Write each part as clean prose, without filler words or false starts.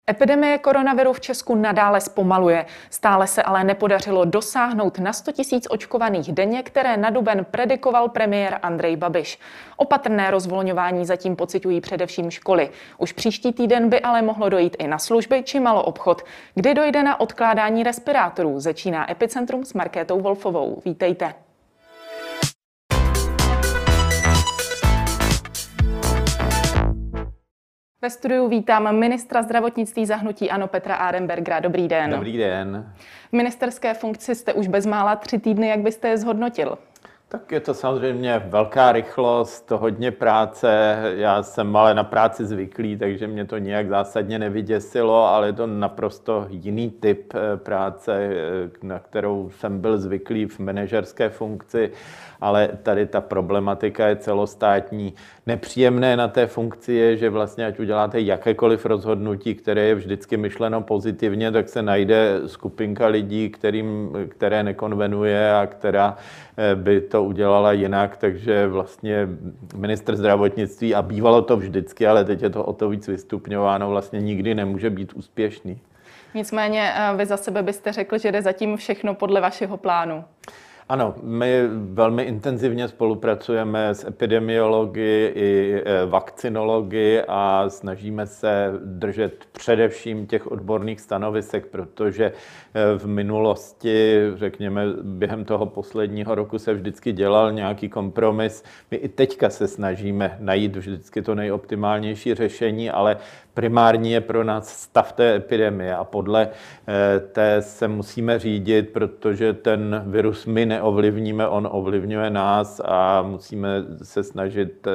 Epidemie koronaviru v Česku nadále zpomaluje. Stále se ale nepodařilo dosáhnout na 100 000 očkovaných denně, které na duben predikoval premiér Andrej Babiš. Opatrné rozvolňování zatím pociťují především školy. Už příští týden by ale mohlo dojít i na služby či maloobchod. Kdy dojde na odkládání respirátorů, začíná Epicentrum s Markétou Wolfovou. Vítejte. Ve studiu vítám ministra zdravotnictví za hnutí ANO Petra Arenbergera. Dobrý den. Dobrý den. V ministerské funkci jste už bezmála 3 týdny, jak byste je zhodnotil? Tak je to samozřejmě velká rychlost, hodně práce. Já jsem ale na práci zvyklý, takže mě to nijak zásadně nevyděsilo, ale je to naprosto jiný typ práce, na kterou jsem byl zvyklý v manažerské funkci, ale tady ta problematika je celostátní. Nepříjemné na té funkci je, že vlastně ať uděláte jakékoliv rozhodnutí, které je vždycky myšleno pozitivně, tak se najde skupinka lidí, které nekonvenuje a která by to udělala jinak, takže vlastně ministr zdravotnictví, a bývalo to vždycky, ale teď je to o to víc vystupňováno, vlastně nikdy nemůže být úspěšný. Nicméně vy za sebe byste řekl, že jde zatím všechno podle vašeho plánu. Ano, my velmi intenzivně spolupracujeme s epidemiology i vakcinology a snažíme se držet především těch odborných stanovisek, protože v minulosti, řekněme, během toho posledního roku se vždycky dělal nějaký kompromis. My i teďka se snažíme najít vždycky to nejoptimálnější řešení, ale primární je pro nás stav té epidemie a podle té se musíme řídit, protože ten virus my neovlivníme, on ovlivňuje nás a musíme se snažit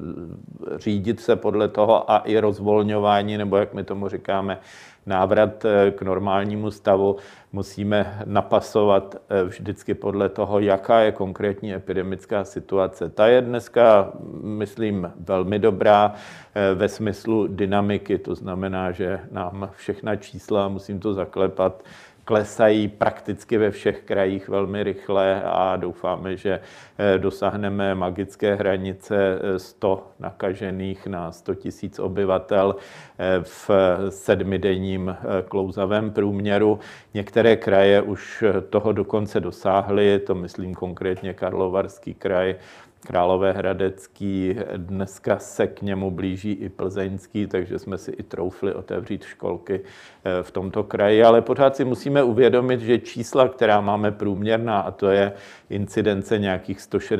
řídit se podle toho a i rozvolňování, nebo jak my tomu říkáme, návrat k normálnímu stavu musíme napasovat vždycky podle toho, jaká je konkrétní epidemická situace. Ta je dneska, myslím, velmi dobrá ve smyslu dynamiky, to znamená, že nám všechna čísla, musím to zaklepat, klesají prakticky ve všech krajích velmi rychle a doufáme, že dosáhneme magické hranice 100 nakažených na 100 000 obyvatel v 7denním klouzavém průměru. Některé kraje už toho dokonce dosáhly, to myslím konkrétně Karlovarský kraj, Královéhradecký, dneska se k němu blíží i Plzeňský, takže jsme si i troufli otevřít školky v tomto kraji, ale pořád si musíme uvědomit, že čísla, která máme průměrná, a to je incidence nějakých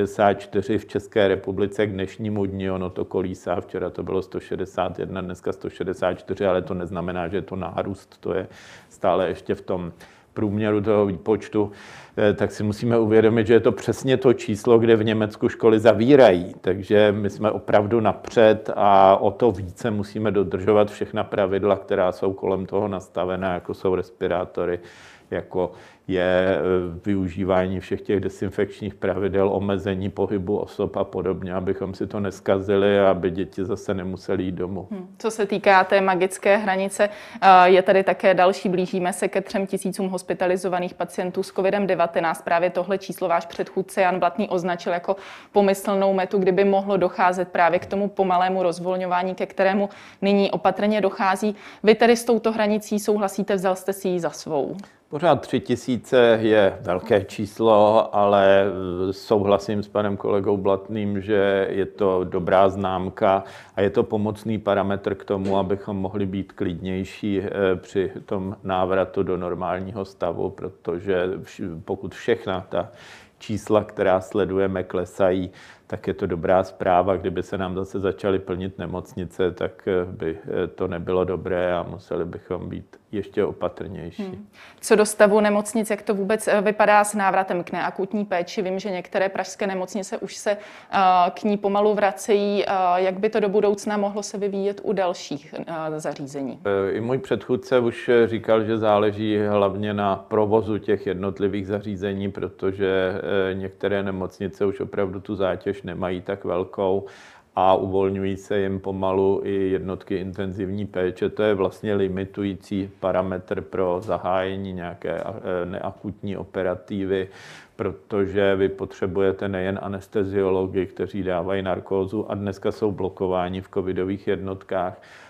164 v České republice k dnešnímu dni, ono to kolísá, včera to bylo 161, dneska 164, ale to neznamená, že je to nárůst, to je stále ještě v tom průměru toho výpočtu, tak si musíme uvědomit, že je to přesně to číslo, kde v Německu školy zavírají. Takže my jsme opravdu napřed a o to více musíme dodržovat všechna pravidla, která jsou kolem toho nastavená, jako jsou respirátory, jako je využívání všech těch dezinfekčních pravidel, omezení pohybu osob a podobně, abychom si to neskazili a aby děti zase nemuseli jít domů. Co se týká té magické hranice, je tady také další, blížíme se ke 3 000 hospitalizovaných pacientů s COVID-19. Právě tohle číslo váš předchůdce Jan Blatný označil jako pomyslnou metu, kdyby mohlo docházet právě k tomu pomalému rozvolňování, ke kterému nyní opatrně dochází. Vy tedy s touto hranicí souhlasíte, vzal jste si ji za svou? Pořád 3 000 je velké číslo, ale souhlasím s panem kolegou Blatným, že je to dobrá známka a je to pomocný parametr k tomu, abychom mohli být klidnější při tom návratu do normálního stavu, protože pokud všechna ta čísla, která sledujeme, klesají, tak je to dobrá zpráva. Kdyby se nám zase začaly plnit nemocnice, tak by to nebylo dobré a museli bychom být ještě opatrnější. Co do stavu nemocnic, jak to vůbec vypadá s návratem k neakutní péči? Vím, že některé pražské nemocnice už se k ní pomalu vracejí. Jak by to do budoucna mohlo se vyvíjet u dalších zařízení? I můj předchůdce už říkal, že záleží hlavně na provozu těch jednotlivých zařízení, protože některé nemocnice už opravdu tu zátěž nemají tak velkou a uvolňují se jim pomalu i jednotky intenzivní péče. To je vlastně limitující parametr pro zahájení nějaké neakutní operativy, protože vy potřebujete nejen anesteziology, kteří dávají narkózu a dneska jsou blokováni v covidových jednotkách,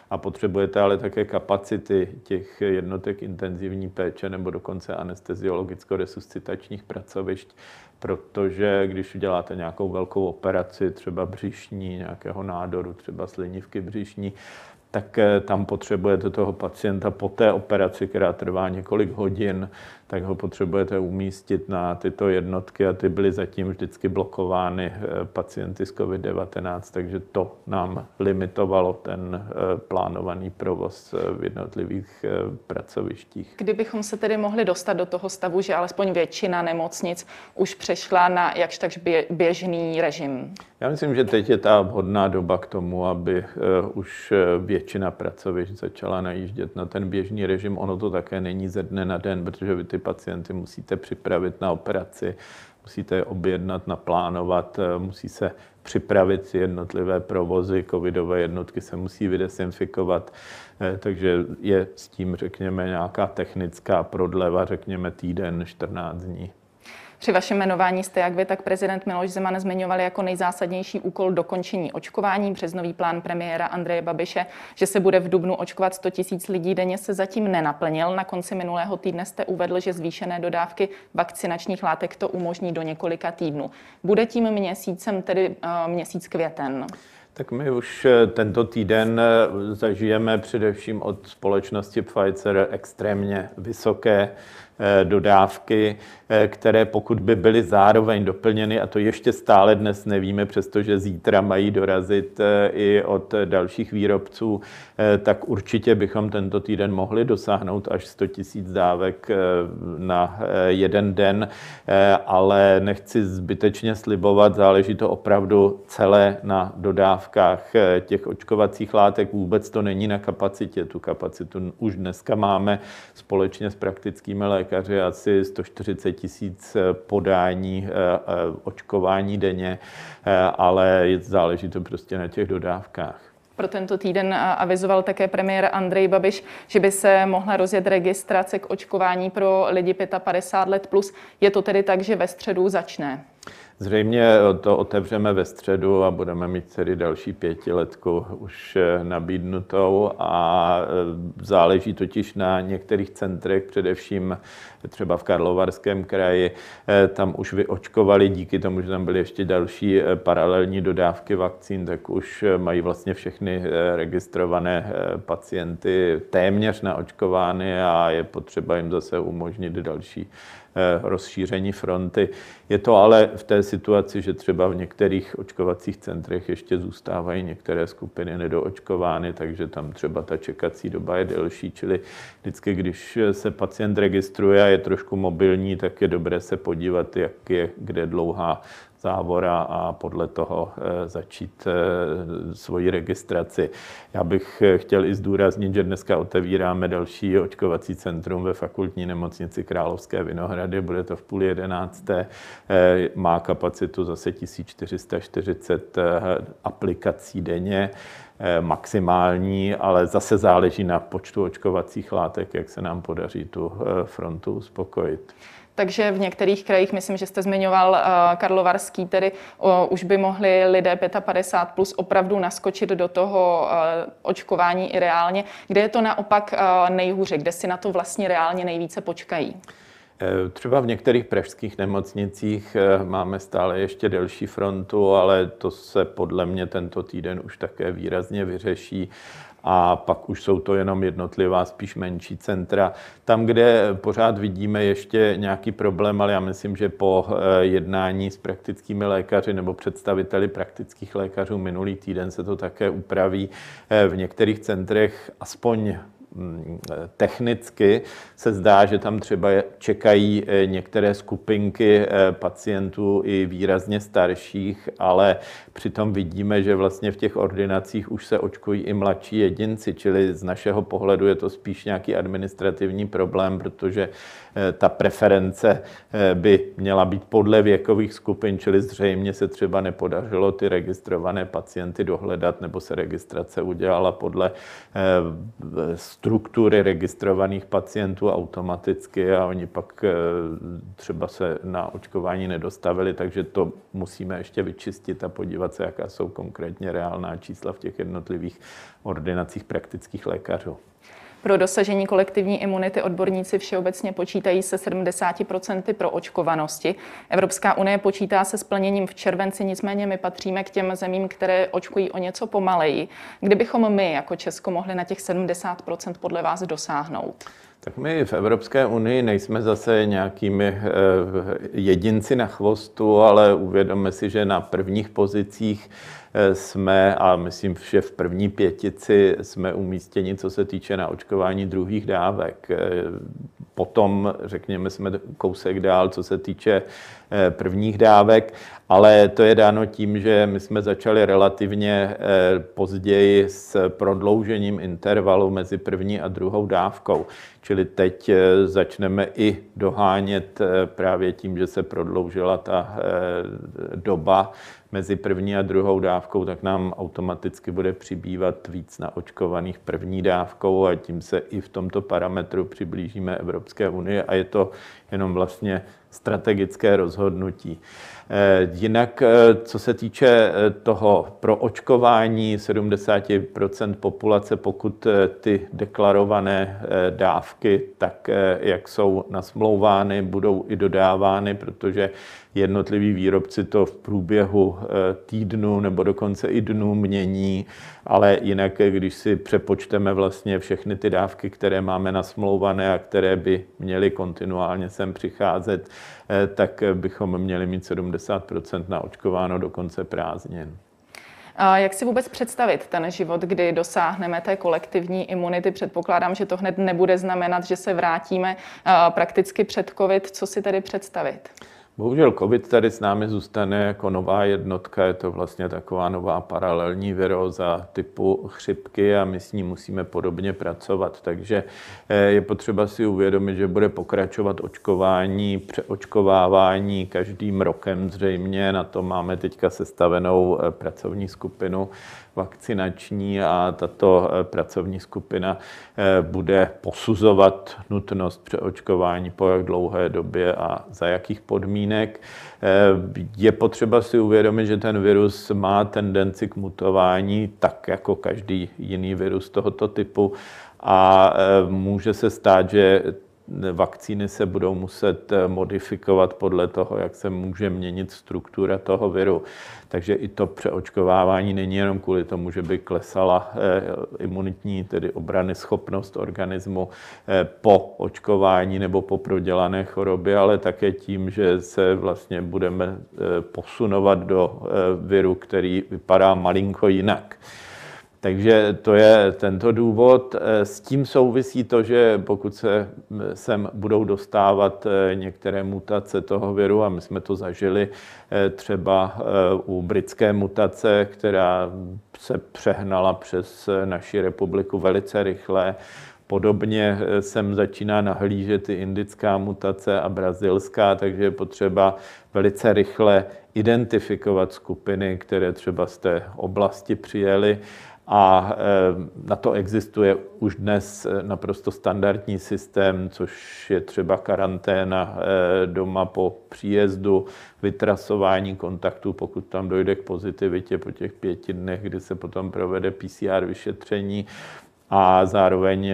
A potřebujete ale také kapacity těch jednotek intenzivní péče nebo dokonce anesteziologicko-resuscitačních pracovišť, protože když uděláte nějakou velkou operaci, třeba břišní, nějakého nádoru, třeba slinivky břišní, tak tam potřebujete toho pacienta po té operaci, která trvá několik hodin, tak ho potřebujete umístit na tyto jednotky a ty byly zatím vždycky blokovány pacienty s COVID-19, takže to nám limitovalo ten plánovaný provoz v jednotlivých pracovištích. Kdybychom se tedy mohli dostat do toho stavu, že alespoň většina nemocnic už přešla na jakž takž běžný režim? Já myslím, že teď je ta vhodná doba k tomu, aby už většina pracovišť začala najíždět na ten běžný režim. Ono to také není ze dne na den, protože vy ty pacienty musíte připravit na operaci, musíte je objednat, naplánovat, musí se připravit jednotlivé provozy, covidové jednotky se musí vydesinfikovat, takže je s tím, řekněme, nějaká technická prodleva, řekněme týden, 14 dní. Při vašem jmenování jste jak vy, tak prezident Miloš Zeman zmiňovali jako nejzásadnější úkol dokončení očkování. Březnový plán premiéra Andreje Babiše, že se bude v dubnu očkovat 100 000 lidí denně, se zatím nenaplnil. Na konci minulého týdne jste uvedl, že zvýšené dodávky vakcinačních látek to umožní do několika týdnů. Bude tím měsícem tedy měsíc květen? Tak my už tento týden zažijeme především od společnosti Pfizer extrémně vysoké dodávky, které pokud by byly zároveň doplněny, a to ještě stále dnes nevíme, přestože zítra mají dorazit i od dalších výrobců, tak určitě bychom tento týden mohli dosáhnout až 100 000 dávek na jeden den, ale nechci zbytečně slibovat, záleží to opravdu celé na dodávkách těch očkovacích látek. Vůbec to není na kapacitě, tu kapacitu už dneska máme společně s praktickými lékaři asi 140 000 podání očkování denně, ale záleží to prostě na těch dodávkách. Pro tento týden avizoval také premiér Andrej Babiš, že by se mohla rozjet registrace k očkování pro lidi 55 let plus. Je to tedy tak, že ve středu začne? Zřejmě to otevřeme ve středu a budeme mít tedy další 5letku už nabídnutou a záleží totiž na některých centrech, především třeba v Karlovarském kraji. Tam už vyočkovali, díky tomu, že tam byly ještě další paralelní dodávky vakcín, tak už mají vlastně všechny registrované pacienty téměř naočkovány a je potřeba jim zase umožnit další rozšíření fronty. Je to ale v té situaci, že třeba v některých očkovacích centrech ještě zůstávají některé skupiny nedoočkovány, takže tam třeba ta čekací doba je delší, čili vždycky, když se pacient registruje a je trošku mobilní, tak je dobré se podívat, jak je kde dlouhá závora a podle toho začít svoji registraci. Já bych chtěl i zdůraznit, že dneska otevíráme další očkovací centrum ve Fakultní nemocnici Královské Vinohrady. Bude to v 10:30. Má kapacitu zase 1440 aplikací denně, maximální, ale zase záleží na počtu očkovacích látek, jak se nám podaří tu frontu uspokojit. Takže v některých krajích, myslím, že jste zmiňoval Karlovarský, tedy už by mohli lidé 55 plus opravdu naskočit do toho očkování i reálně. Kde je to naopak nejhůře? Kde si na to vlastně reálně nejvíce počkají? Třeba v některých pražských nemocnicích máme stále ještě delší frontu, ale to se podle mě tento týden už také výrazně vyřeší. A pak už jsou to jenom jednotlivá, spíš menší centra. Tam, kde pořád vidíme ještě nějaký problém, ale já myslím, že po jednání s praktickými lékaři nebo představiteli praktických lékařů minulý týden se to také upraví. V některých centrech aspoň technicky se zdá, že tam třeba čekají některé skupinky pacientů i výrazně starších, ale přitom vidíme, že vlastně v těch ordinacích už se očkují i mladší jedinci, čili z našeho pohledu je to spíš nějaký administrativní problém, protože ta preference by měla být podle věkových skupin, čili zřejmě se třeba nepodařilo ty registrované pacienty dohledat, nebo se registrace udělala podle struktury registrovaných pacientů automaticky a oni pak třeba se na očkování nedostavili, takže to musíme ještě vyčistit a podívat se, jaká jsou konkrétně reálná čísla v těch jednotlivých ordinacích praktických lékařů. Pro dosažení kolektivní imunity odborníci všeobecně počítají se 70% proočkovanosti. Evropská unie počítá se splněním v červenci, nicméně my patříme k těm zemím, které očkují o něco pomaleji. Kdybychom my jako Česko mohli na těch 70% podle vás dosáhnout? Tak my v Evropské unii nejsme zase nějakými jedinci na chvostu, ale uvědomme si, že na prvních pozicích jsme, a myslím, že v první pětici jsme umístěni, co se týče naočkování druhých dávek. Potom, řekněme, jsme kousek dál, co se týče prvních dávek, ale to je dáno tím, že my jsme začali relativně později s prodloužením intervalu mezi první a druhou dávkou. Čili teď začneme i dohánět právě tím, že se prodloužila ta doba mezi první a druhou dávkou, tak nám automaticky bude přibývat víc naočkovaných první dávkou a tím se i v tomto parametru přiblížíme Evropské unii a je to jenom vlastně strategické rozhodnutí. Jinak, co se týče toho proočkování 70% populace, pokud ty deklarované dávky, tak jak jsou nasmlouvány, budou i dodávány, protože jednotliví výrobci to v průběhu týdnu nebo dokonce i dnů mění, ale jinak, když si přepočteme vlastně všechny ty dávky, které máme nasmlouvané a které by měly kontinuálně sem přicházet, tak bychom měli mít 70% naočkováno do konce prázdnin. Jak si vůbec představit ten život, kdy dosáhneme té kolektivní imunity? Předpokládám, že to hned nebude znamenat, že se vrátíme prakticky před COVID. Co si tedy představit? Bohužel COVID tady s námi zůstane jako nová jednotka, je to vlastně taková nová paralelní viróza typu chřipky a my s ní musíme podobně pracovat. Takže je potřeba si uvědomit, že bude pokračovat očkování, přeočkovávání každým rokem zřejmě. Na to máme teďka sestavenou pracovní skupinu vakcinační a tato pracovní skupina bude posuzovat nutnost přeočkování po jak dlouhé době a za jakých podmínek. Je potřeba si uvědomit, že ten virus má tendenci k mutování, tak jako každý jiný virus tohoto typu a může se stát, že vakcíny se budou muset modifikovat podle toho, jak se může měnit struktura toho viru. Takže i to přeočkovávání není jenom kvůli tomu, že by klesala imunitní, tedy obrany schopnost organismu po očkování nebo po prodělané chorobě, ale také tím, že se vlastně budeme posunovat do viru, který vypadá malinko jinak. Takže to je tento důvod. S tím souvisí to, že pokud se sem budou dostávat některé mutace toho viru, a my jsme to zažili třeba u britské mutace, která se přehnala přes naši republiku velice rychle. Podobně sem začíná nahlížet i indická mutace a brazilská, takže je potřeba velice rychle identifikovat skupiny, které třeba z té oblasti přijeli. A na to existuje už dnes naprosto standardní systém, což je třeba karanténa doma po příjezdu, vytrasování kontaktů, pokud tam dojde k pozitivitě po těch 5 dnech, kdy se potom provede PCR vyšetření a zároveň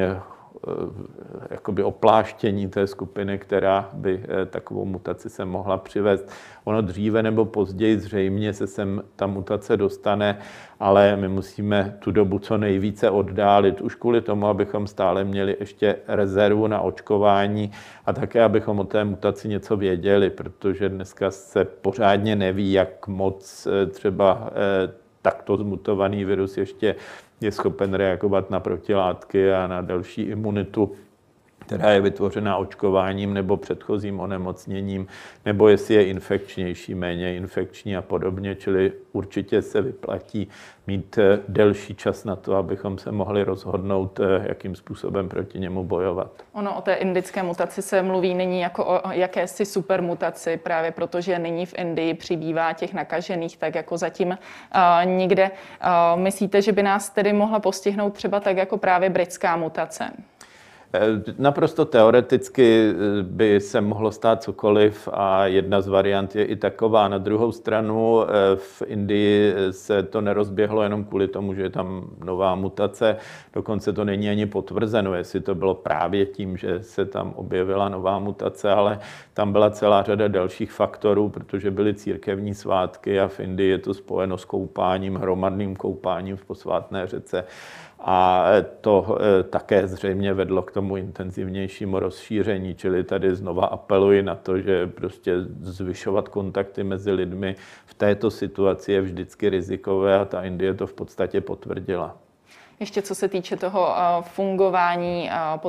jakoby opláštění té skupiny, která by takovou mutaci se mohla přivést. Ono dříve nebo později zřejmě se sem ta mutace dostane, ale my musíme tu dobu co nejvíce oddálit, už kvůli tomu, abychom stále měli ještě rezervu na očkování a také, abychom o té mutaci něco věděli, protože dneska se pořádně neví, jak moc třeba takto zmutovaný virus ještě je schopen reagovat na protilátky a na další imunitu. která je vytvořená očkováním nebo předchozím onemocněním, nebo jestli je infekčnější, méně infekční a podobně. Čili určitě se vyplatí mít delší čas na to, abychom se mohli rozhodnout, jakým způsobem proti němu bojovat. Ono o té indické mutaci se mluví nyní jako o jakési supermutaci, právě protože nyní v Indii přibývá těch nakažených tak jako zatím nikde. Myslíte, že by nás tedy mohla postihnout třeba tak jako právě britská mutace? Naprosto teoreticky by se mohlo stát cokoliv a jedna z variant je i taková. Na druhou stranu v Indii se to nerozběhlo jenom kvůli tomu, že je tam nová mutace. Dokonce to není ani potvrzeno, jestli to bylo právě tím, že se tam objevila nová mutace, ale tam byla celá řada dalších faktorů, protože byly církevní svátky a v Indii je to spojeno s koupáním, hromadným koupáním v posvátné řece. A to také zřejmě vedlo k tomu intenzivnějšímu rozšíření, čili tady znova apeluji na to, že prostě zvyšovat kontakty mezi lidmi v této situaci je vždycky rizikové a ta Indie to v podstatě potvrdila. Ještě co se týče toho fungování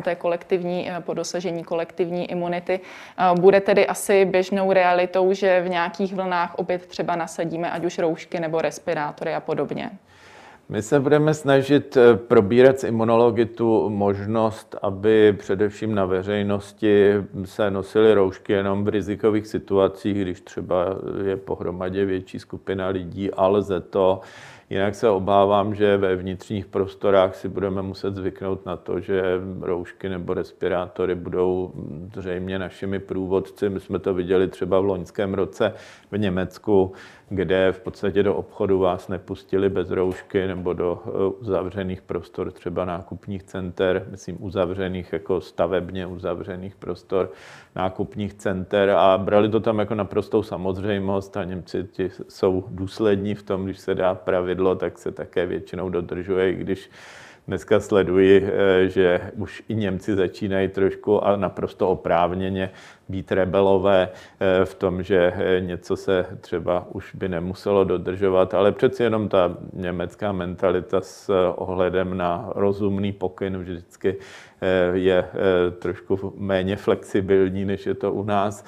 po dosažení kolektivní imunity, bude tedy asi běžnou realitou, že v nějakých vlnách opět třeba nasadíme ať už roušky nebo respirátory a podobně? My se budeme snažit probírat s imunology tu možnost, aby především na veřejnosti se nosily roušky jenom v rizikových situacích, když třeba je pohromadě větší skupina lidí a lze to. Jinak se obávám, že ve vnitřních prostorách si budeme muset zvyknout na to, že roušky nebo respirátory budou zřejmě našimi průvodci. My jsme to viděli třeba v loňském roce v Německu, kde v podstatě do obchodu vás nepustili bez roušky nebo do uzavřených prostor, třeba nákupních center, myslím uzavřených jako stavebně uzavřených prostor nákupních center a brali to tam jako naprostou samozřejmost a Němci jsou důslední v tom, když se dá pravidlo, tak se také většinou dodržuje, i když dneska sleduji, že už i Němci začínají trošku a naprosto oprávněně být rebelové v tom, že něco se třeba už by nemuselo dodržovat, ale přeci jenom ta německá mentalita s ohledem na rozumný pokyn vždycky je trošku méně flexibilní, než je to u nás.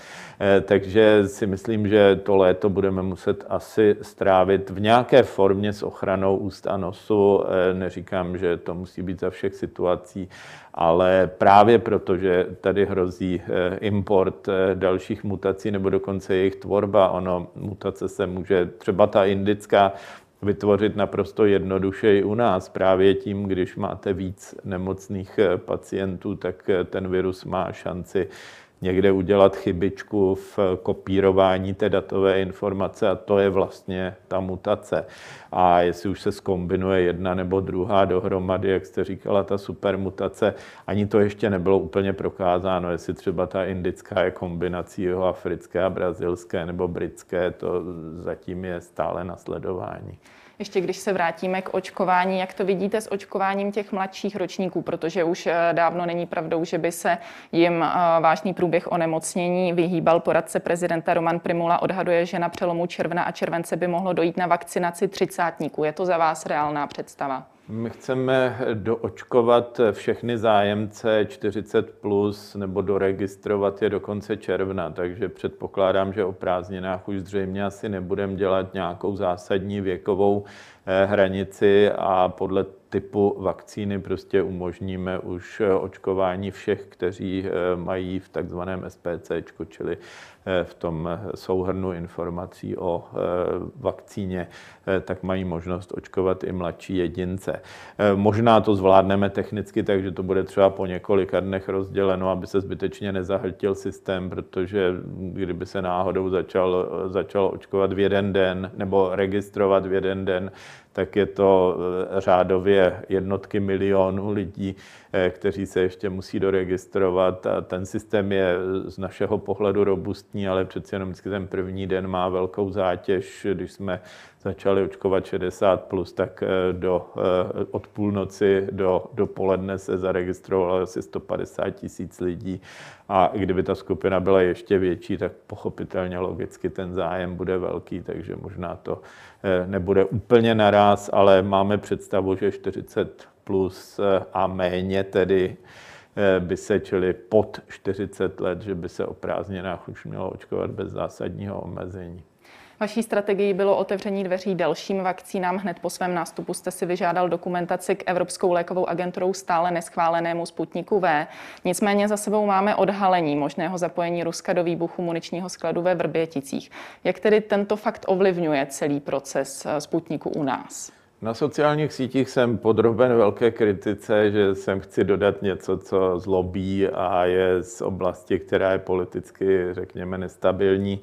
Takže si myslím, že to léto budeme muset asi strávit v nějaké formě s ochranou úst a nosu. Neříkám, že to musí být za všech situací, ale právě proto, že tady hrozí import dalších mutací nebo dokonce jejich tvorba, mutace se může, třeba ta indická, vytvořit naprosto jednoduše i u nás. Právě tím, když máte víc nemocných pacientů, tak ten virus má šanci někde udělat chybičku v kopírování té datové informace a to je vlastně ta mutace. A jestli už se zkombinuje jedna nebo druhá dohromady, jak jste říkala, ta supermutace, ani to ještě nebylo úplně prokázáno, jestli třeba ta indická je kombinací jihoafrické a brazilské nebo britské, to zatím je stále na sledování. Ještě když se vrátíme k očkování, jak to vidíte s očkováním těch mladších ročníků, protože už dávno není pravdou, že by se jim vážný průběh onemocnění vyhýbal. Poradce prezidenta Roman Prymula odhaduje, že na přelomu června a července by mohlo dojít na vakcinaci třicátníků. Je to za vás reálná představa? My chceme doočkovat všechny zájemce 40+ nebo doregistrovat je do konce června, takže předpokládám, že o prázdninách už zřejmě asi nebudeme dělat nějakou zásadní věkovou hranici a podle typu vakcíny prostě umožníme už očkování všech, kteří mají v takzvaném SPCčku, čili v tom souhrnu informací o vakcíně, tak mají možnost očkovat i mladší jedince. Možná to zvládneme technicky, takže to bude třeba po několika dnech rozděleno, aby se zbytečně nezahltil systém, protože kdyby se náhodou začalo očkovat v jeden den nebo registrovat v jeden den, tak je to řádově jednotky milionů lidí, kteří se ještě musí doregistrovat. A ten systém je z našeho pohledu robustní, ale přeci jenom vždycky ten první den má velkou zátěž. Když jsme začali očkovat 60+, tak od půlnoci do poledne se zaregistrovalo asi 150 000 lidí. A kdyby ta skupina byla ještě větší, tak pochopitelně logicky ten zájem bude velký, takže možná to nebude úplně naráz, ale máme představu, že 40+ a méně tedy by se, čili pod 40 let, že by se o prázdninách už mělo očkovat bez zásadního omezení. Vaší strategií bylo otevření dveří dalším vakcínám. Hned po svém nástupu jste si vyžádal dokumentaci k Evropskou lékovou agenturou stále neschválenému Sputniku V. Nicméně za sebou máme odhalení možného zapojení Ruska do výbuchu muničního skladu ve Vrběticích. Jak tedy tento fakt ovlivňuje celý proces Sputniku u nás? Na sociálních sítích jsem podroben velké kritice, že sem chci dodat něco, co zlobí a je z oblasti, která je politicky, řekněme, nestabilní.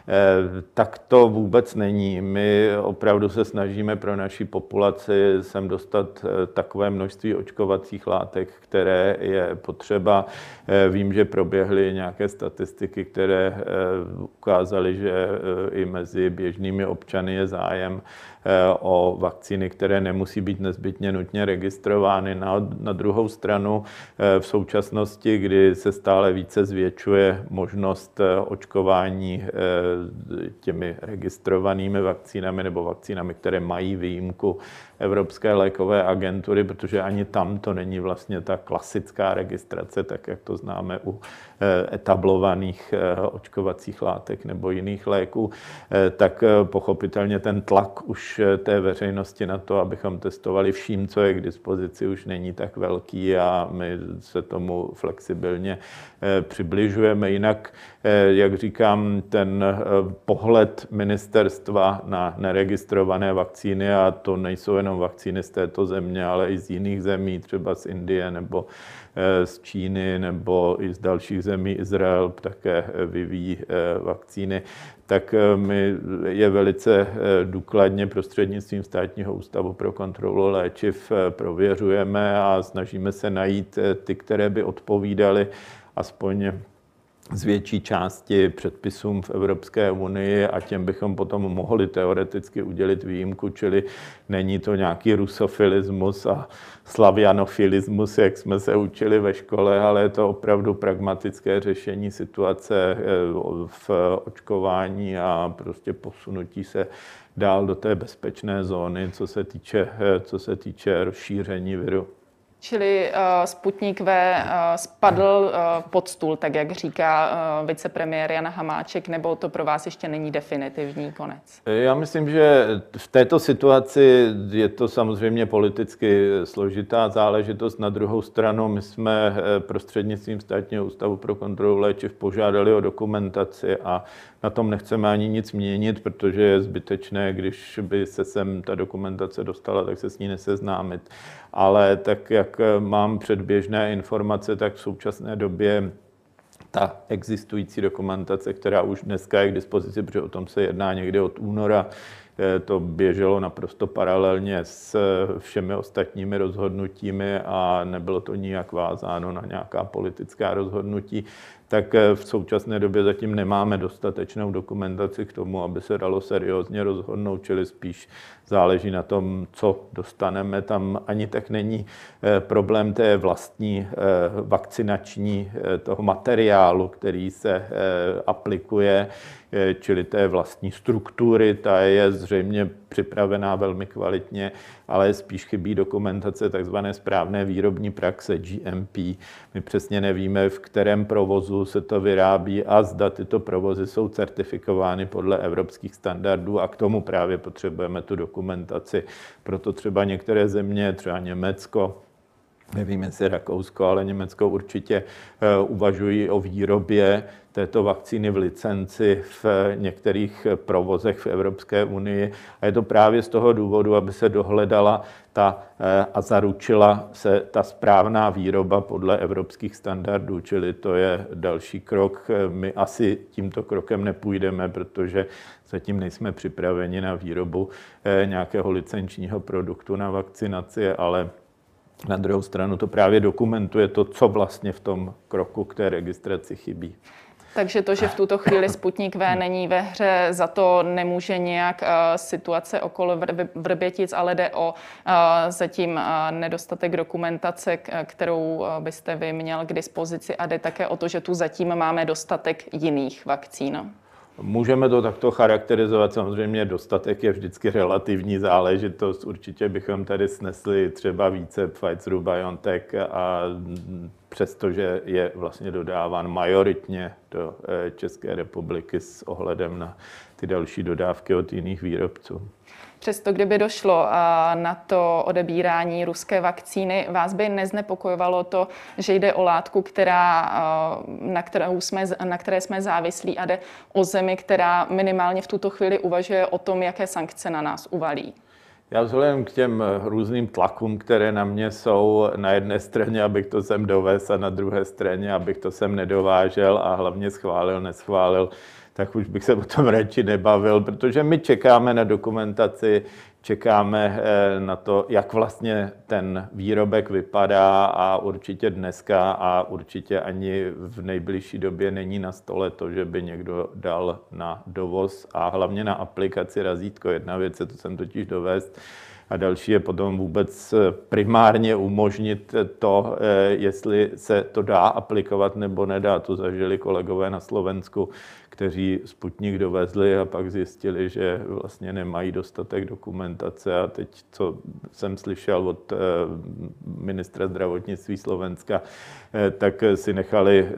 Tak to vůbec není. My opravdu se snažíme pro naši populaci sem dostat takové množství očkovacích látek, které je potřeba. Vím, že proběhly nějaké statistiky, které ukázaly, že i mezi běžnými občany je zájem o vakcíny, které nemusí být nezbytně nutně registrovány. Na druhou stranu v současnosti, kdy se stále více zvětšuje možnost očkování těmi registrovanými vakcínami nebo vakcínami, které mají výjimku Evropské lékové agentury, protože ani tam to není vlastně ta klasická registrace, tak jak to známe u etablovaných očkovacích látek nebo jiných léků, tak pochopitelně ten tlak už té veřejnosti na to, abychom testovali vším, co je k dispozici, už není tak velký a my se tomu flexibilně přibližujeme. Jinak, jak říkám, ten pohled ministerstva na neregistrované vakcíny, a to nejsou jenom vakcíny z této země, ale i z jiných zemí, třeba z Indie nebo z Číny nebo i z dalších zemí. Izrael také vyvíjí vakcíny, tak my je velice důkladně prostřednictvím Státního ústavu pro kontrolu léčiv prověřujeme a snažíme se najít ty, které by odpovídaly aspoň z větší části předpisům v Evropské unii a těm bychom potom mohli teoreticky udělit výjimku, čili není to nějaký rusofilismus a slavianofilismus, jak jsme se učili ve škole, ale je to opravdu pragmatické řešení situace v očkování a prostě posunutí se dál do té bezpečné zóny, co se týče rozšíření viru. Čili Sputnik V spadl pod stůl, tak jak říká vicepremiér Jan Hamáček, nebo to pro vás ještě není definitivní konec? Já myslím, že v této situaci je to samozřejmě politicky složitá záležitost. Na druhou stranu my jsme prostřednictvím Státního ústavu pro kontrolu léčiv požádali o dokumentaci a na tom nechceme ani nic měnit, protože je zbytečné, když by se sem ta dokumentace dostala, tak se s ní neseznámit. Ale tak, jak mám předběžné informace, tak v současné době ta existující dokumentace, která už dneska je k dispozici, protože o tom se jedná někdy od února, to běželo naprosto paralelně s všemi ostatními rozhodnutími a nebylo to nijak vázáno na nějaká politická rozhodnutí, tak v současné době zatím nemáme dostatečnou dokumentaci k tomu, aby se dalo seriózně rozhodnout, čili spíš záleží na tom, co dostaneme. Tam ani tak není problém té vlastní vakcinační toho materiálu, který se aplikuje, čili té vlastní struktury, ta je zřejmě připravená velmi kvalitně, ale spíš chybí dokumentace takzvané správné výrobní praxe GMP. My přesně nevíme, v kterém provozu se to vyrábí a zda tyto provozy jsou certifikovány podle evropských standardů a k tomu právě potřebujeme tu dokumentaci. Proto třeba některé země, třeba Německo, nevím, jestli Rakousko, ale Německo určitě uvažují o výrobě této vakcíny v licenci v některých provozech v Evropské unii. A je to právě z toho důvodu, aby se dohledala a zaručila se ta správná výroba podle evropských standardů, čili to je další krok. My asi tímto krokem nepůjdeme, protože zatím nejsme připraveni na výrobu nějakého licenčního produktu na vakcinaci, ale na druhou stranu to právě dokumentuje to, co vlastně v tom kroku k té registraci chybí. Takže to, že v tuto chvíli Sputnik V není ve hře, za to nemůže nějak situace okolo Vrbětic, ale jde o zatím nedostatek dokumentace, kterou byste vy měl k dispozici, a jde také o to, že tu zatím máme dostatek jiných vakcín. Můžeme to takto charakterizovat, samozřejmě dostatek je vždycky relativní záležitost. Určitě bychom tady snesli třeba více Pfizeru, BioNTech a přestože je vlastně dodáván majoritně do České republiky s ohledem na ty další dodávky od jiných výrobců. Přesto, kdyby došlo na to odebírání ruské vakcíny, vás by neznepokojovalo to, že jde o látku, na které jsme závislí a jde o zemi, která minimálně v tuto chvíli uvažuje o tom, jaké sankce na nás uvalí? Já vzhledem k těm různým tlakům, které na mě jsou, na jedné straně, abych to sem dovez, a na druhé straně, abych to sem nedovážel a hlavně schválil, neschválil, tak už bych se o tom radši nebavil, protože my čekáme na dokumentaci, čekáme na to, jak vlastně ten výrobek vypadá a určitě dneska a určitě ani v nejbližší době není na stole to, že by někdo dal na dovoz a hlavně na aplikaci razítko. Jedna věc je to sem totiž dovést a další je potom vůbec primárně umožnit to, jestli se to dá aplikovat nebo nedá. To zažili kolegové na Slovensku, kteří Sputnik dovezli a pak zjistili, že vlastně nemají dostatek dokumentace. A teď, co jsem slyšel od ministra zdravotnictví Slovenska, tak si nechali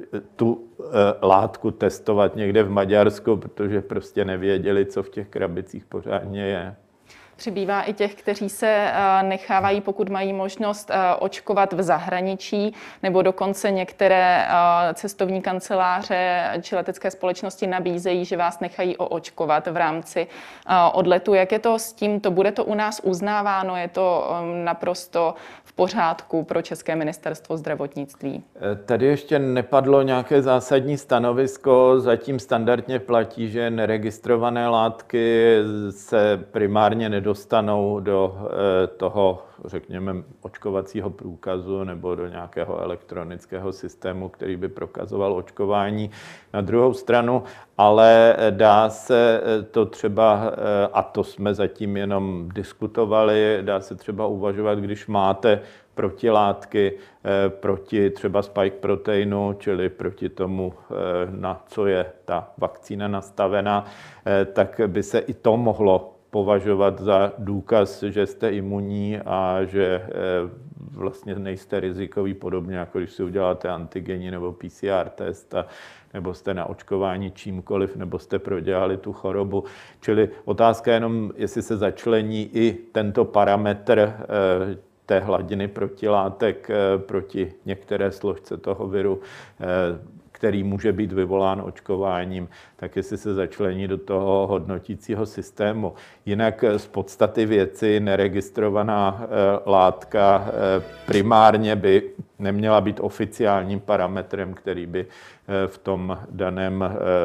tu látku testovat někde v Maďarsku, protože prostě nevěděli, co v těch krabicích pořádně je. Přibývá i těch, kteří se nechávají, pokud mají možnost, očkovat v zahraničí, nebo dokonce některé cestovní kanceláře či letecké společnosti nabízejí, že vás nechají oočkovat v rámci odletu. Jak je to s tímto? Bude to u nás uznáváno? Je to naprosto v pořádku pro České ministerstvo zdravotnictví? Tady ještě nepadlo nějaké zásadní stanovisko. Zatím standardně platí, že neregistrované látky se primárně nedostanou do toho, řekněme, očkovacího průkazu nebo do nějakého elektronického systému, který by prokazoval očkování. Na druhou stranu, ale dá se to třeba, a to jsme zatím jenom diskutovali, dá se třeba uvažovat, když máte protilátky proti třeba spike proteinu, čili proti tomu, na co je ta vakcína nastavena, tak by se i to mohlo považovat za důkaz, že jste imunní a že vlastně nejste rizikový, podobně jako když si uděláte antigenní nebo PCR test, nebo jste na očkování čímkoliv, nebo jste prodělali tu chorobu. Čili otázka jenom, jestli se začlení i tento parametr té hladiny protilátek proti některé složce toho viru, který může být vyvolán očkováním, tak jestli se začlení do toho hodnotícího systému. Jinak z podstaty věci neregistrovaná látka primárně by neměla být oficiálním parametrem, který by v tom daném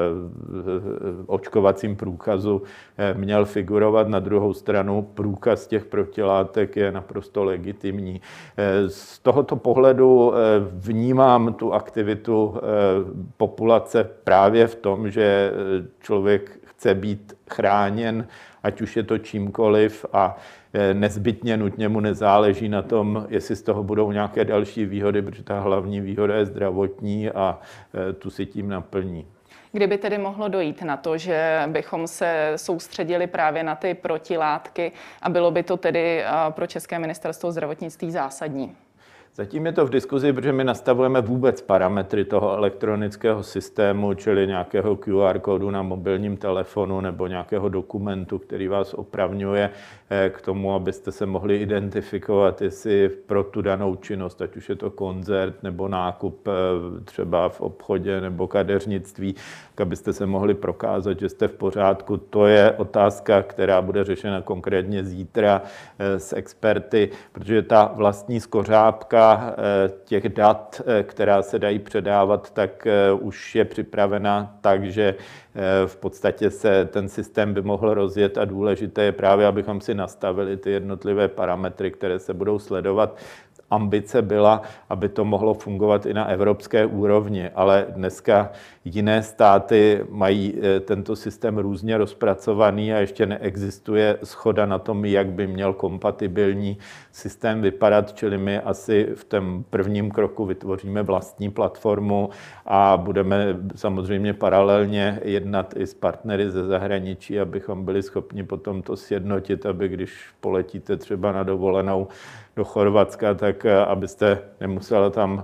očkovacím průkazu měl figurovat. Na druhou stranu průkaz těch protilátek je naprosto legitimní. Z tohoto pohledu vnímám tu aktivitu populace právě v tom, že člověk chce být chráněn, ať už je to čímkoliv, a nezbytně nutně mu nezáleží na tom, jestli z toho budou nějaké další výhody, protože ta hlavní výhoda je zdravotní a tu si tím naplní. Kdyby tedy mohlo dojít na to, že bychom se soustředili právě na ty protilátky a bylo by to tedy pro České ministerstvo zdravotnictví zásadní? Zatím je to v diskuzi, protože my nastavujeme vůbec parametry toho elektronického systému, čili nějakého QR kódu na mobilním telefonu nebo nějakého dokumentu, který vás opravňuje k tomu, abyste se mohli identifikovat, jestli pro tu danou činnost, ať už je to koncert nebo nákup třeba v obchodě nebo kadeřnictví, abyste se mohli prokázat, že jste v pořádku. To je otázka, která bude řešena konkrétně zítra s experty, protože ta vlastní skořápka těch dat, která se dají předávat, tak už je připravena, takže v podstatě se ten systém by mohl rozjet a důležité je právě, abychom si nastavili ty jednotlivé parametry, které se budou sledovat. Ambice byla, aby to mohlo fungovat i na evropské úrovni, ale dneska jiné státy mají tento systém různě rozpracovaný a ještě neexistuje shoda na tom, jak by měl kompatibilní systém vypadat, čili my asi v tom prvním kroku vytvoříme vlastní platformu a budeme samozřejmě paralelně jednat i s partnery ze zahraničí, abychom byli schopni potom to sjednotit, aby když poletíte třeba na dovolenou do Chorvatska, tak abyste nemuseli tam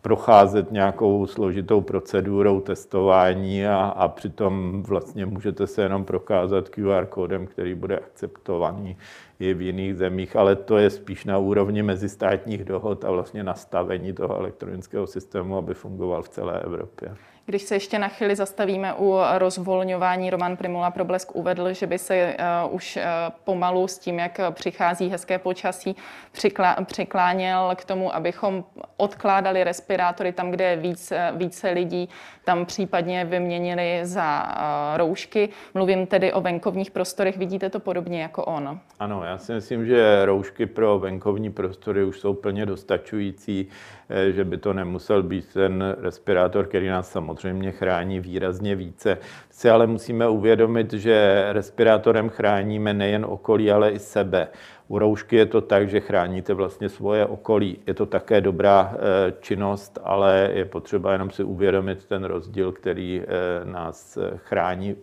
procházet nějakou složitou procedurou testování a přitom vlastně můžete se jenom prokázat QR kódem, který bude akceptovaný i v jiných zemích, ale to je spíš na úrovni mezistátních dohod a vlastně nastavení toho elektronického systému, aby fungoval v celé Evropě. Když se ještě na chvíli zastavíme u rozvolňování, Roman Prymula pro Blesk uvedl, že by se už pomalu s tím, jak přichází hezké počasí, přikláněl k tomu, abychom odkládali respirátory tam, kde je více lidí, tam případně vyměnili za roušky. Mluvím tedy o venkovních prostorech. Vidíte to podobně jako on? Ano, já si myslím, že roušky pro venkovní prostory už jsou plně dostačující, že by to nemusel být ten respirátor, který nás samozřejmě chrání výrazně více. Si ale musíme uvědomit, že respirátorem chráníme nejen okolí, ale i sebe. U roušky je to tak, že chráníte vlastně svoje okolí. Je to také dobrá činnost, ale je potřeba jenom si uvědomit ten rozdíl, který nás chrání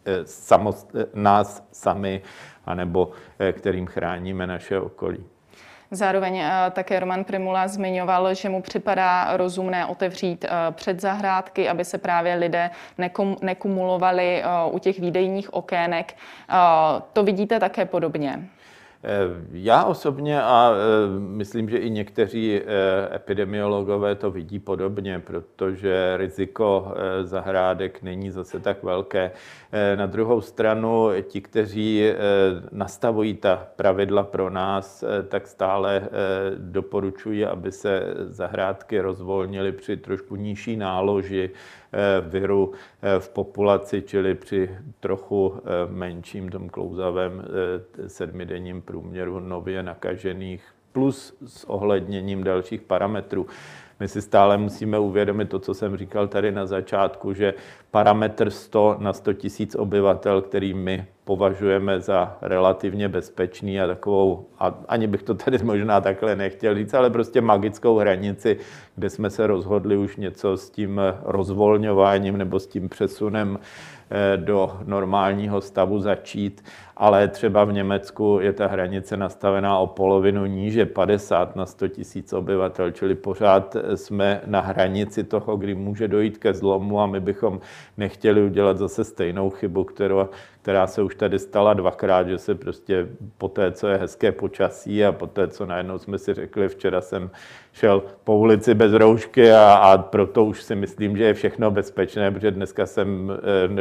nás sami, anebo kterým chráníme naše okolí. Zároveň také Roman Prymula zmiňoval, že mu připadá rozumné otevřít předzahrádky, aby se právě lidé nekumulovali u těch výdejních okének. To vidíte také podobně? Já osobně a myslím, že i někteří epidemiologové to vidí podobně, protože riziko zahrádek není zase tak velké. Na druhou stranu ti, kteří nastavují ta pravidla pro nás, tak stále doporučují, aby se zahrádky rozvolnily při trošku nižší náloži viru v populaci, čili při trochu menším tom klouzavém 7denním průměru nově nakažených plus s ohledněním dalších parametrů. My si stále musíme uvědomit to, co jsem říkal tady na začátku, že parametr 100 na 100 000 obyvatel, který my považujeme za relativně bezpečný a takovou, a ani bych to tady možná takhle nechtěl říct, ale prostě magickou hranici, kde jsme se rozhodli už něco s tím rozvolňováním nebo s tím přesunem do normálního stavu začít, ale třeba v Německu je ta hranice nastavená o polovinu níže, 50 na 100 000 obyvatel, čili pořád jsme na hranici toho, kdy může dojít ke zlomu a my bychom nechtěli udělat zase stejnou chybu, která se už tady stala dvakrát, že se prostě po té, co je hezké počasí a po té, co najednou jsme si řekli, včera jsem šel po ulici bez roušky a proto už si myslím, že je všechno bezpečné, protože dneska jsem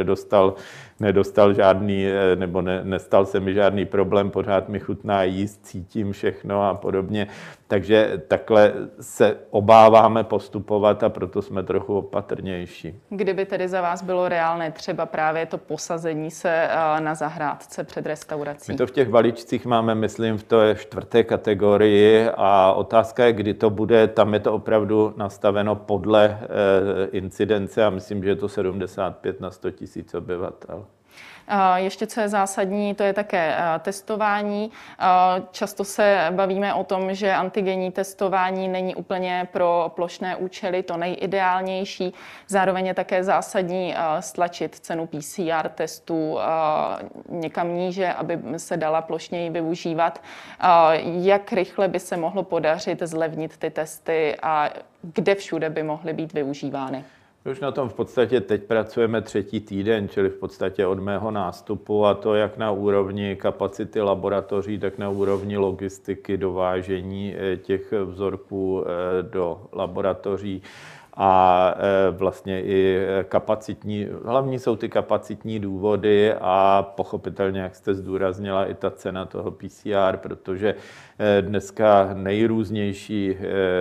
nedostal žádný, nebo nestal se mi žádný problém, pořád mi chutná jíst, cítím všechno a podobně. Takže takhle se obáváme postupovat a proto jsme trochu opatrnější. Kdyby tedy za vás bylo reálné třeba právě to posazení se na zahrádce před restaurací? My to v těch balíčcích máme, myslím, v té 4. kategorii a otázka je, kdy to bude. Tam je to opravdu nastaveno podle incidence a myslím, že je to 75 na 100 000 obyvatel. Ještě co je zásadní, to je také testování. Často se bavíme o tom, že antigenní testování není úplně pro plošné účely to nejideálnější. Zároveň je také zásadní stlačit cenu PCR testů někam níže, aby se dala plošněji využívat. Jak rychle by se mohlo podařit zlevnit ty testy a kde všude by mohly být využívány? Už na tom v podstatě teď pracujeme 3. týden, čili v podstatě od mého nástupu, a to jak na úrovni kapacity laboratoří, tak na úrovni logistiky, dovážení těch vzorků do laboratoří a vlastně i kapacitní, hlavní jsou ty kapacitní důvody a pochopitelně, jak jste zdůraznila, i ta cena toho PCR, protože dneska nejrůznější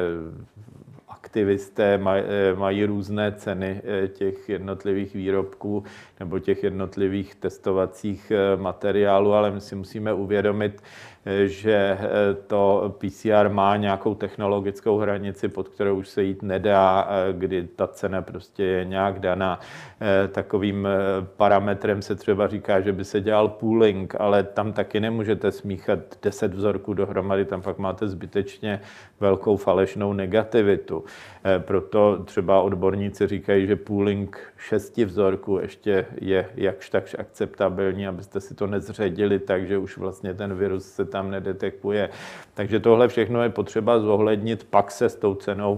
aktivisté mají různé ceny těch jednotlivých výrobků nebo těch jednotlivých testovacích materiálů, ale my si musíme uvědomit, že to PCR má nějakou technologickou hranici, pod kterou už se jít nedá, kdy ta cena prostě je nějak daná. Takovým parametrem se třeba říká, že by se dělal pooling, ale tam taky nemůžete smíchat 10 vzorků dohromady, tam fakt máte zbytečně velkou falešnou negativitu. Proto třeba odborníci říkají, že pooling 6 vzorků ještě je jakž takž akceptabilní, abyste si to nezředili tak, že už vlastně ten virus se tam nedetekuje. Takže tohle všechno je potřeba zohlednit, pak se s tou cenou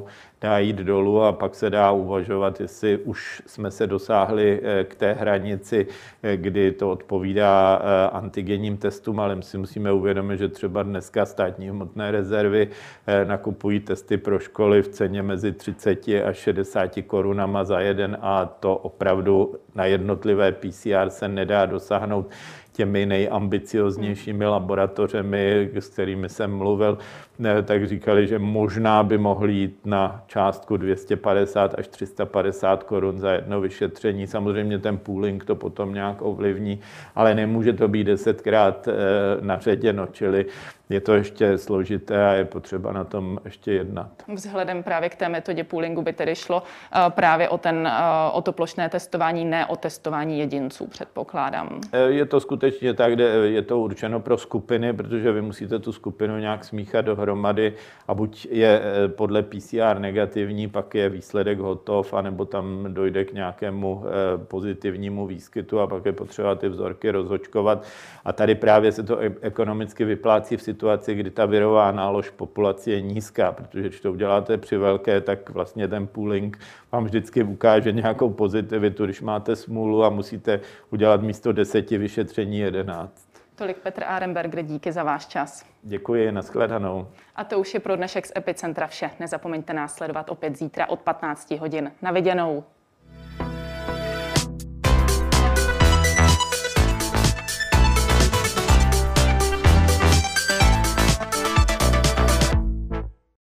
dá jít dolů a pak se dá uvažovat, jestli už jsme se dosáhli k té hranici, kdy to odpovídá antigenním testům, ale my si musíme uvědomit, že třeba dneska státní hmotné rezervy nakupují testy pro školy v ceně mezi 30 až 60 korunama za jeden a to opravdu na jednotlivé PCR se nedá dosáhnout těmi nejambicioznějšími laboratořemi, s kterými jsem mluvil, tak říkali, že možná by mohli jít na částku 250 až 350 korun za jedno vyšetření. Samozřejmě ten pooling to potom nějak ovlivní, ale nemůže to být 10krát naředěno, čili je to ještě složité a je potřeba na tom ještě jednat. Vzhledem právě k té metodě poolingu by tedy šlo právě o to plošné testování, ne o testování jedinců, předpokládám. Je to skutečně tak, kde je to určeno pro skupiny, protože vy musíte tu skupinu nějak smíchat dohromady a buď je podle PCR negativní, pak je výsledek hotov, anebo tam dojde k nějakému pozitivnímu výskytu a pak je potřeba ty vzorky rozočkovat. A tady právě se to ekonomicky vyplácí v situaci, kdy ta virová nálož populace je nízká, protože když to uděláte při velké, tak vlastně ten pooling vám vždycky ukáže nějakou pozitivitu, když máte smůlu a musíte udělat místo 10 vyšetření 11. Tolik Petr Arenberger, díky za váš čas. Děkuji, nashledanou. A to už je pro dnešek z Epicentra vše. Nezapomeňte nás sledovat opět zítra od 15 hodin. Na viděnou.